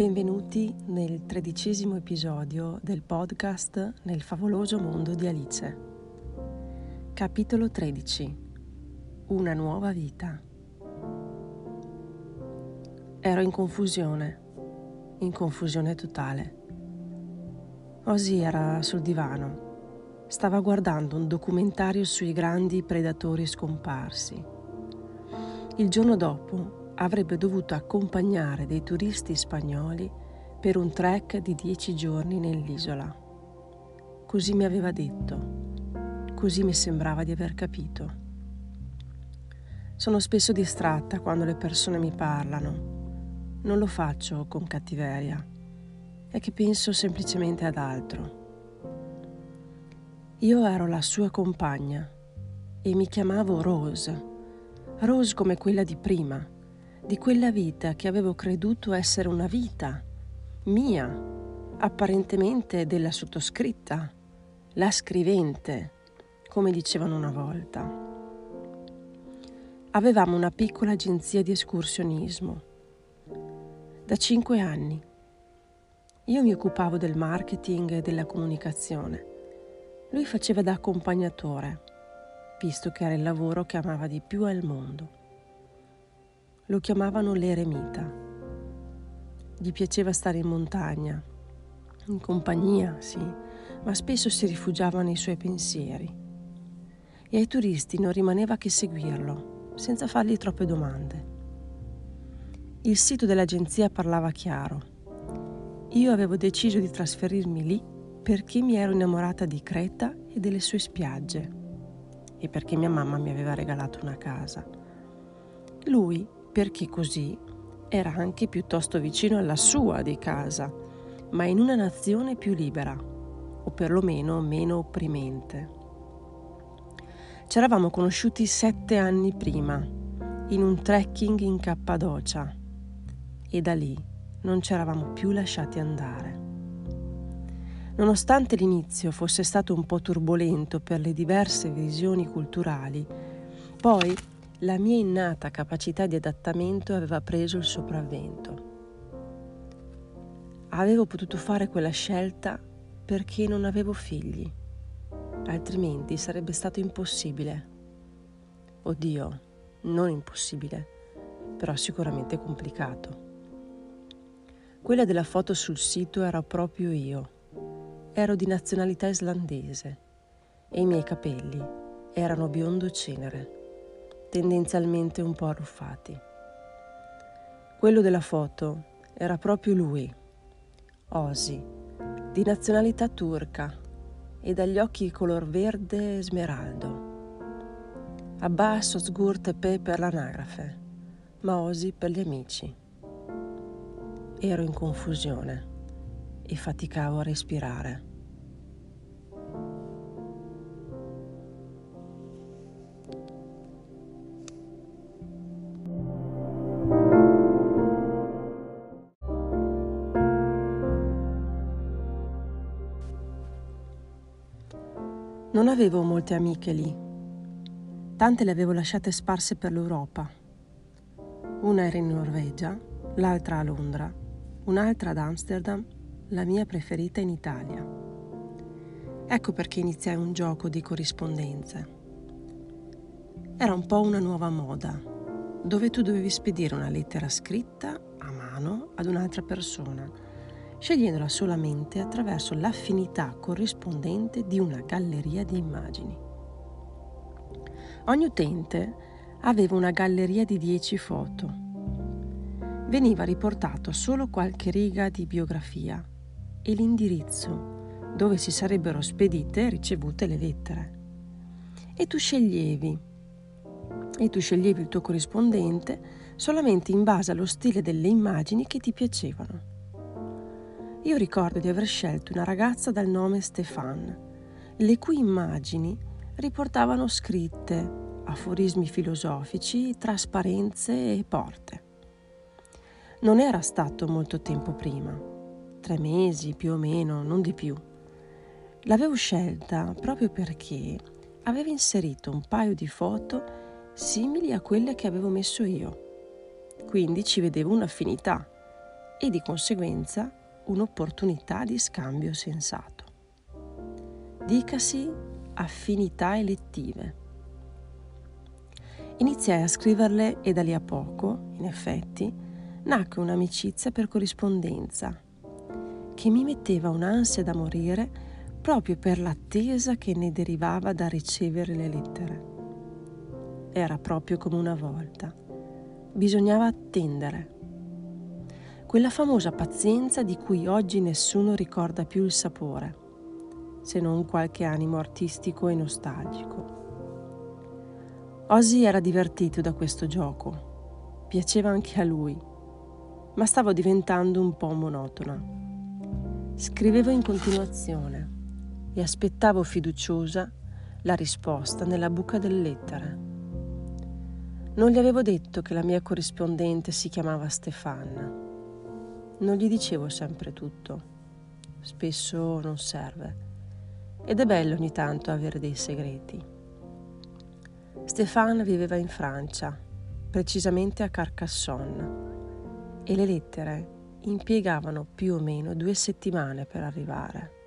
Benvenuti nel 13° episodio del podcast Nel favoloso mondo di Alice. Capitolo 13. Una nuova vita. Ero in confusione totale. Ozzy era sul divano, stava guardando un documentario sui grandi predatori scomparsi. Il giorno dopo avrebbe dovuto accompagnare dei turisti spagnoli per un trek di 10 giorni nell'isola. Così mi aveva detto, così mi sembrava di aver capito. Sono spesso distratta quando le persone mi parlano. Non lo faccio con cattiveria, è che penso semplicemente ad altro. Io ero la sua compagna e mi chiamavo Rose come quella di prima, di quella vita che avevo creduto essere una vita mia, apparentemente della sottoscritta, la scrivente, come dicevano una volta. Avevamo una piccola agenzia di escursionismo. Da 5 anni. Io mi occupavo del marketing e della comunicazione. Lui faceva da accompagnatore, visto che era il lavoro che amava di più al mondo. Lo chiamavano l'eremita. Gli piaceva stare in montagna, in compagnia, sì, ma spesso si rifugiava nei suoi pensieri. E ai turisti non rimaneva che seguirlo, senza fargli troppe domande. Il sito dell'agenzia parlava chiaro. Io avevo deciso di trasferirmi lì perché mi ero innamorata di Creta e delle sue spiagge e perché mia mamma mi aveva regalato una casa. Lui, perché così, era anche piuttosto vicino alla sua di casa, ma in una nazione più libera, o perlomeno meno opprimente. Ci eravamo conosciuti 7 anni prima, in un trekking in Cappadocia, e da lì non ci eravamo più lasciati andare. Nonostante l'inizio fosse stato un po' turbolento per le diverse visioni culturali, poi la mia innata capacità di adattamento aveva preso il sopravvento. Avevo potuto fare quella scelta perché non avevo figli, altrimenti sarebbe stato impossibile. Oddio, non impossibile, però sicuramente complicato. Quella della foto sul sito era proprio io. Ero di nazionalità islandese e i miei capelli erano biondo cenere, tendenzialmente un po' arruffati. Quello della foto era proprio lui, Ozzy, di nazionalità turca e dagli occhi color verde smeraldo. Abbas Ozgur Tepe per l'anagrafe, ma Ozzy per gli amici. Ero in confusione e faticavo a respirare. Non avevo molte amiche lì. Tante le avevo lasciate sparse per l'Europa. Una era in Norvegia, l'altra a Londra, un'altra ad Amsterdam, la mia preferita in Italia. Ecco perché iniziai un gioco di corrispondenze. Era un po' una nuova moda, dove tu dovevi spedire una lettera scritta a mano ad un'altra persona, scegliendola solamente attraverso l'affinità corrispondente di una galleria di immagini. Ogni utente aveva una galleria di 10 foto. Veniva riportato solo qualche riga di biografia e l'indirizzo dove si sarebbero spedite e ricevute le lettere. E tu sceglievi il tuo corrispondente solamente in base allo stile delle immagini che ti piacevano. Io ricordo di aver scelto una ragazza dal nome Stéphane, le cui immagini riportavano scritte, aforismi filosofici, trasparenze e porte. Non era stato molto tempo prima, 3 mesi più o meno, non di più. L'avevo scelta proprio perché aveva inserito un paio di foto simili a quelle che avevo messo io. Quindi ci vedevo un'affinità e di conseguenza un'opportunità di scambio sensato. Dicasi affinità elettive. Iniziai a scriverle e da lì a poco, in effetti, nacque un'amicizia per corrispondenza che mi metteva un'ansia da morire proprio per l'attesa che ne derivava da ricevere le lettere. Era proprio come una volta. Bisognava attendere. Quella famosa pazienza di cui oggi nessuno ricorda più il sapore, se non qualche animo artistico e nostalgico. Ozzy era divertito da questo gioco, piaceva anche a lui, ma stavo diventando un po' monotona. Scrivevo in continuazione e aspettavo fiduciosa la risposta nella buca delle lettere. Non gli avevo detto che la mia corrispondente si chiamava Stefania. Non gli dicevo sempre tutto. Spesso non serve. Ed è bello ogni tanto avere dei segreti. Stéphane viveva in Francia, precisamente a Carcassonne, e le lettere impiegavano più o meno 2 settimane per arrivare.